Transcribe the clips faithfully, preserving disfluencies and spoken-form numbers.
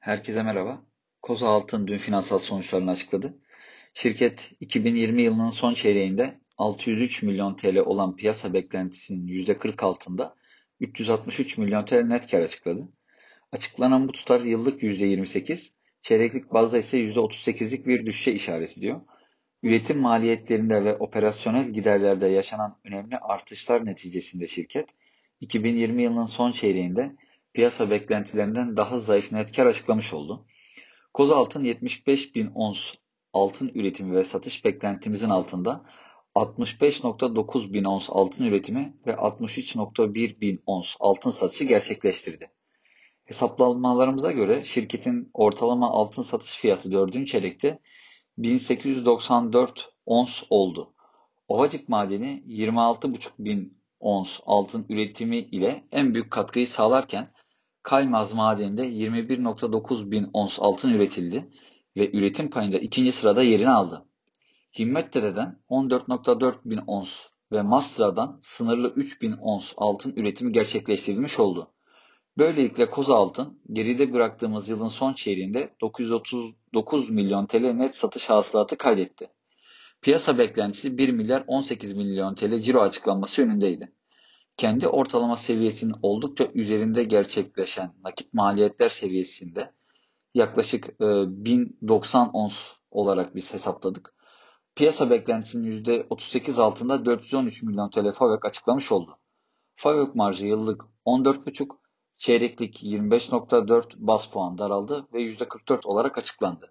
Herkese merhaba. Koza Altın dün finansal sonuçlarını açıkladı. Şirket iki bin yirmi yılının son çeyreğinde altı yüz üç milyon T L olan piyasa beklentisinin yüzde kırk altında üç yüz altmış üç milyon T L net kar açıkladı. Açıklanan bu tutar yıllık yüzde yirmi sekiz, çeyreklik bazda ise yüzde otuz sekizlik bir düşüşe işaret ediyor. Üretim maliyetlerinde ve operasyonel giderlerde yaşanan önemli artışlar neticesinde şirket, iki bin yirmi yılının son çeyreğinde piyasa beklentilerinden daha zayıf net kar açıklamış oldu. Kozaltın yetmiş beş bin ons altın üretimi ve satış beklentimizin altında altmış beş nokta dokuz bin ons altın üretimi ve altmış üç nokta bir bin ons altın satışı gerçekleştirdi. Hesaplamalarımıza göre şirketin ortalama altın satış fiyatı dördüncü çeyrekte bin sekiz yüz doksan dört ons oldu. Ovacık madeni yirmi altı buçuk bin ons altın üretimi ile en büyük katkıyı sağlarken Kaymaz madeninde yirmi bir nokta dokuz bin ons altın üretildi ve üretim payında ikinci sırada yerini aldı. Himmettere'den on dört nokta dört bin ons ve Mastra'dan sınırlı üç bin ons altın üretimi gerçekleştirilmiş oldu. Böylelikle Kozaltın geride bıraktığımız yılın son çeyreğinde dokuz yüz otuz dokuz milyon T L net satış hasılatı kaydetti. Piyasa beklentisi bir milyar on sekiz milyon T L ciro açıklanması yönündeydi. Kendi ortalama seviyesinin oldukça üzerinde gerçekleşen nakit maliyetler seviyesinde yaklaşık e, bin doksan ons olarak biz hesapladık. Piyasa beklentisinin yüzde otuz sekiz altında dört yüz on üç milyon T L FAVÖK açıklamış oldu. FAVÖK marjı yıllık on dört buçuk, çeyreklik yirmi beş nokta dört baz puan daraldı ve yüzde kırk dört olarak açıklandı.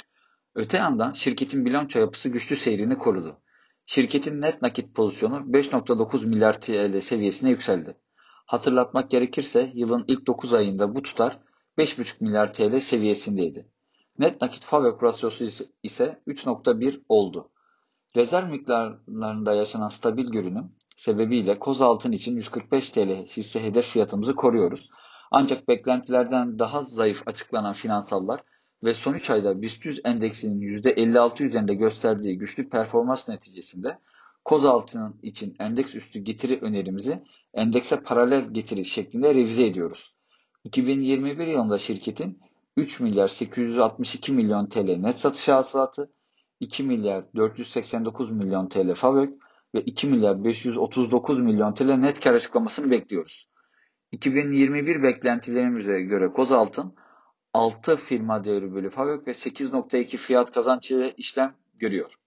Öte yandan şirketin bilanço yapısı güçlü seyrini korudu. Şirketin net nakit pozisyonu beş nokta dokuz milyar T L seviyesine yükseldi. Hatırlatmak gerekirse yılın ilk dokuz ayında bu tutar beş buçuk milyar T L seviyesindeydi. Net nakit FAVÖK rasyosu ise üç nokta bir oldu. Rezerv miktarlarında yaşanan stabil görünüm sebebiyle Kozaltın için yüz kırk beş T L hisse hedef fiyatımızı koruyoruz. Ancak beklentilerden daha zayıf açıklanan finansallar ve son üç ayda BIST yüz endeksinin yüzde elli altı üzerinde gösterdiği güçlü performans neticesinde Kozaltın için endeks üstü getiri önerimizi endekse paralel getiri şeklinde revize ediyoruz. iki bin yirmi bir yılında şirketin üç milyar sekiz yüz altmış iki milyon T L net satış hasılatı, iki milyar dört yüz seksen dokuz milyon T L FAVÖK ve iki milyar beş yüz otuz dokuz milyon T L net kar açıklamasını bekliyoruz. iki bin yirmi bir beklentilerimize göre Kozaltın altı firma değeri bölü FAVÖK ve sekiz nokta iki fiyat kazanç ile işlem görüyor.